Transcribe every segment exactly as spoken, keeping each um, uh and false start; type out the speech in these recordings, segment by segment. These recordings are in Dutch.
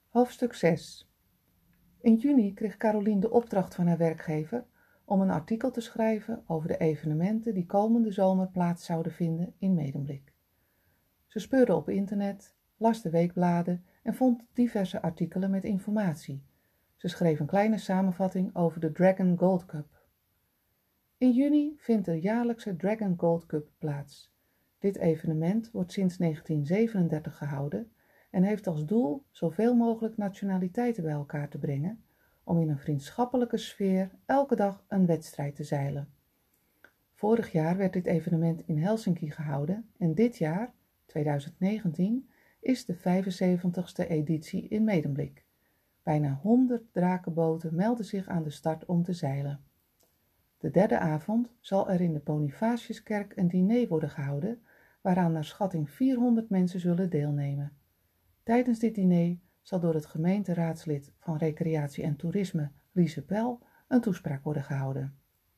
Hoofdstuk zes. In juni kreeg Carolien de opdracht van haar werkgever om een artikel te schrijven over de evenementen die komende zomer plaats zouden vinden in Medemblik. Ze speurde op internet, las de weekbladen en vond diverse artikelen met informatie. Ze schreef een kleine samenvatting over de Dragon Gold Cup. In juni vindt de jaarlijkse Dragon Gold Cup plaats. Dit evenement wordt sinds negentien zevenendertig gehouden en heeft als doel zoveel mogelijk nationaliteiten bij elkaar te brengen om in een vriendschappelijke sfeer elke dag een wedstrijd te zeilen. Vorig jaar werd dit evenement in Helsinki gehouden en dit jaar, tweeduizend negentien, is de vijfenzeventigste editie in Medemblik. Bijna honderd drakenboten melden zich aan de start om te zeilen. De derde avond zal er in de Bonifatiuskerk een diner worden gehouden, waaraan naar schatting vierhonderd mensen zullen deelnemen. Tijdens dit diner zal door het gemeenteraadslid van Recreatie en Toerisme, Lise Pel, een toespraak worden gehouden.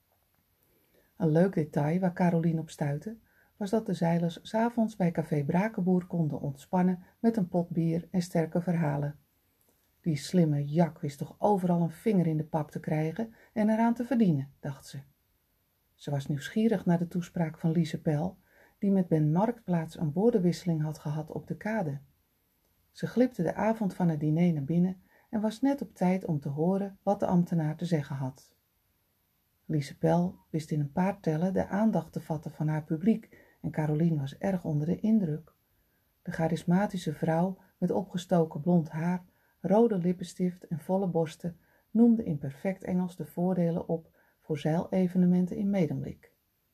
Een leuk detail waar Carolien op stuitte, was dat de zeilers 's avonds bij café Brakenboer konden ontspannen met een pot bier en sterke verhalen. Die slimme Jak wist toch overal een vinger in de pap te krijgen en eraan te verdienen, dacht ze. Ze was nieuwsgierig naar de toespraak van Lise Pel, die met Ben Marktplaats een woordenwisseling had gehad op de kade. Ze glipte de avond van het diner naar binnen en was net op tijd om te horen wat de ambtenaar te zeggen had. Lise Pel wist in een paar tellen de aandacht te vatten van haar publiek en Carolien was erg onder de indruk. De charismatische vrouw met opgestoken blond haar, rode lippenstift en volle borsten noemde in perfect Engels de voordelen op voor zeilevenementen in Medemblik.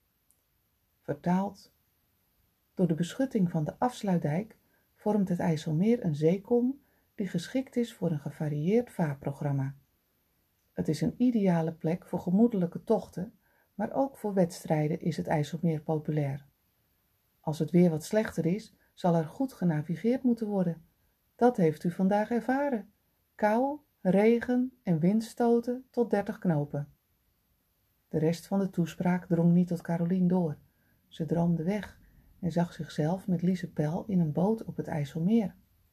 Vertaald: door de beschutting van de afsluitdijk vormt het IJsselmeer een zeekom die geschikt is voor een gevarieerd vaarprogramma. Het is een ideale plek voor gemoedelijke tochten, maar ook voor wedstrijden is het IJsselmeer populair. Als het weer wat slechter is, zal er goed genavigeerd moeten worden. Dat heeft u vandaag ervaren. Kou, regen en windstoten tot dertig knopen. De rest van de toespraak drong niet tot Carolien door. Ze droomde weg en zag zichzelf met Lise Pel in een boot op het IJsselmeer.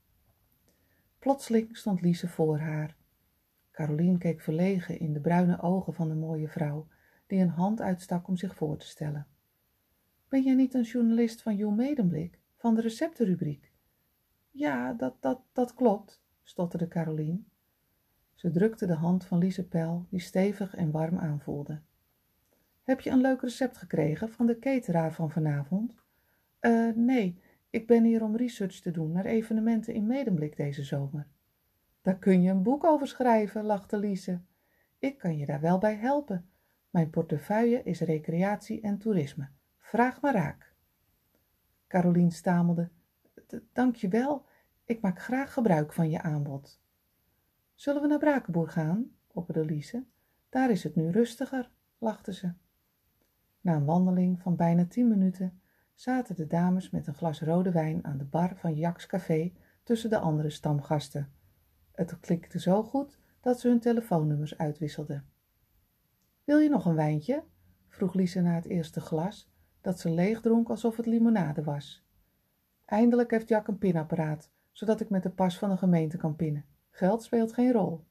Plotseling stond Lise voor haar. Carolien keek verlegen in de bruine ogen van de mooie vrouw, die een hand uitstak om zich voor te stellen. Ben jij niet een journalist van Jong Medemblik, van de receptenrubriek? Ja, dat, dat, dat klopt, stotterde Carolien. Ze drukte de hand van Lise Pel, die stevig en warm aanvoelde. Heb je een leuk recept gekregen van de cateraar van vanavond? Eh, uh, nee, ik ben hier om research te doen naar evenementen in Medemblik deze zomer. Daar kun je een boek over schrijven, lachte Lise. Ik kan je daar wel bij helpen. Mijn portefeuille is recreatie en toerisme. Vraag maar raak. Carolien stamelde. Dank je wel, ik maak graag gebruik van je aanbod. Zullen we naar Brakenboer gaan? opperde Lise. Daar is het nu rustiger, lachte ze. Na een wandeling van bijna tien minuten zaten de dames met een glas rode wijn aan de bar van Jaks Café tussen de andere stamgasten. Het klikte zo goed dat ze hun telefoonnummers uitwisselden. Wil je nog een wijntje? Vroeg Lise na het eerste glas, dat ze leeg dronk alsof het limonade was. Eindelijk heeft Jak een pinapparaat, zodat ik met de pas van de gemeente kan pinnen. Geld speelt geen rol.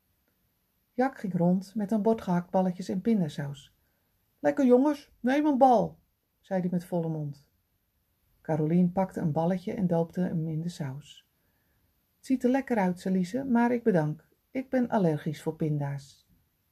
Jak ging rond met een bord gehaktballetjes en pindasaus. Lekker jongens, neem een bal, zei hij met volle mond. Carolien pakte een balletje en doopte hem in de saus. Het ziet er lekker uit, zei Lise, maar ik bedank. Ik ben allergisch voor pinda's.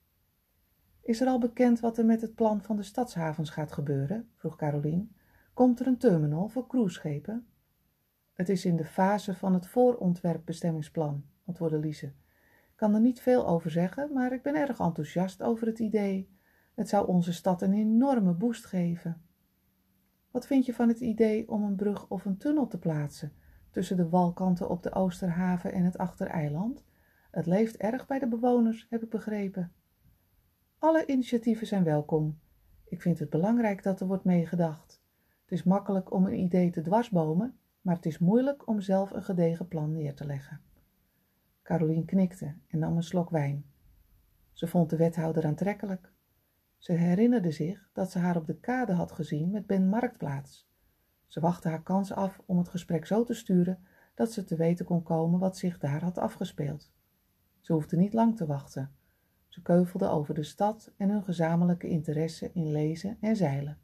Is er al bekend wat er met het plan van de stadshavens gaat gebeuren? Vroeg Carolien. Komt er een terminal voor cruiseschepen? Het is in de fase van het voorontwerpbestemmingsplan, antwoordde Lise. Ik kan er niet veel over zeggen, maar ik ben erg enthousiast over het idee. Het zou onze stad een enorme boost geven. Wat vind je van het idee om een brug of een tunnel te plaatsen tussen de walkanten op de Oosterhaven en het Achtereiland? Het leeft erg bij de bewoners, heb ik begrepen. Alle initiatieven zijn welkom. Ik vind het belangrijk dat er wordt meegedacht. Het is makkelijk om een idee te dwarsbomen, maar het is moeilijk om zelf een gedegen plan neer te leggen. Carolien knikte en nam een slok wijn. Ze vond de wethouder aantrekkelijk. Ze herinnerde zich dat ze haar op de kade had gezien met Ben Marktplaats. Ze wachtte haar kans af om het gesprek zo te sturen dat ze te weten kon komen wat zich daar had afgespeeld. Ze hoefde niet lang te wachten. Ze keuvelde over de stad en hun gezamenlijke interesse in lezen en zeilen.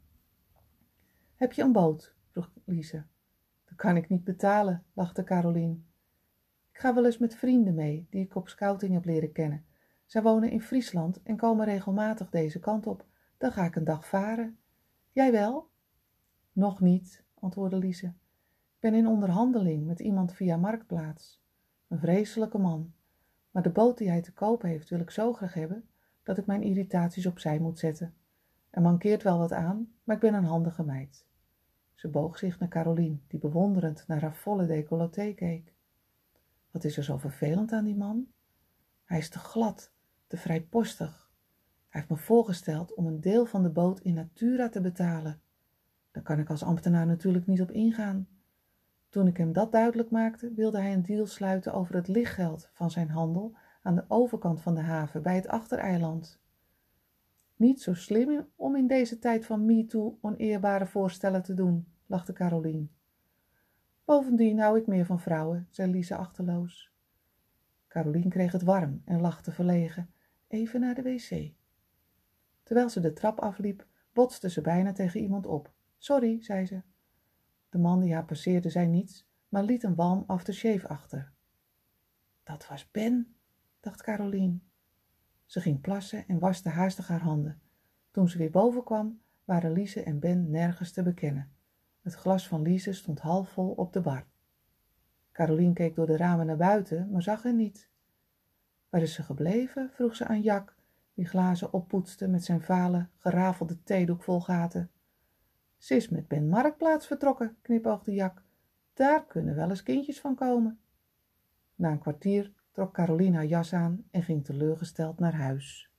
Heb je een boot? Vroeg Lise. Dat kan ik niet betalen, lachte Carolien. Ik ga wel eens met vrienden mee, die ik op scouting heb leren kennen. Zij wonen in Friesland en komen regelmatig deze kant op. Dan ga ik een dag varen. Jij wel? Nog niet, antwoordde Lise. Ik ben in onderhandeling met iemand via Marktplaats. Een vreselijke man. Maar de boot die hij te koop heeft wil ik zo graag hebben, dat ik mijn irritaties opzij moet zetten. Er mankeert wel wat aan, maar ik ben een handige meid. Ze boog zich naar Carolien, die bewonderend naar haar volle décolleté keek. Wat is er zo vervelend aan die man? Hij is te glad, te vrijpostig. Hij heeft me voorgesteld om een deel van de boot in natura te betalen. Daar kan ik als ambtenaar natuurlijk niet op ingaan. Toen ik hem dat duidelijk maakte, wilde hij een deal sluiten over het lichtgeld van zijn handel aan de overkant van de haven bij het achtereiland. Niet zo slim om in deze tijd van MeToo oneerbare voorstellen te doen, lachte Carolien. Bovendien hou ik meer van vrouwen, zei Lise achterloos. Carolien kreeg het warm en lachte verlegen, even naar de wc. Terwijl ze de trap afliep, botste ze bijna tegen iemand op. Sorry, zei ze. De man die haar passeerde zei niets, maar liet een walm aftershave achter. Dat was Ben, dacht Carolien. Ze ging plassen en waste haastig haar handen. Toen ze weer boven kwam, waren Lise en Ben nergens te bekennen. Het glas van Lise stond halfvol op de bar. Carolien keek door de ramen naar buiten, maar zag hen niet. Waar is ze gebleven? Vroeg ze aan Jack, die glazen oppoetste met zijn vale, gerafelde theedoek vol gaten. Ze is met Ben Marktplaats vertrokken, knipoogde Jack. Daar kunnen wel eens kindjes van komen. Na een kwartier trok Carolien haar jas aan en ging teleurgesteld naar huis.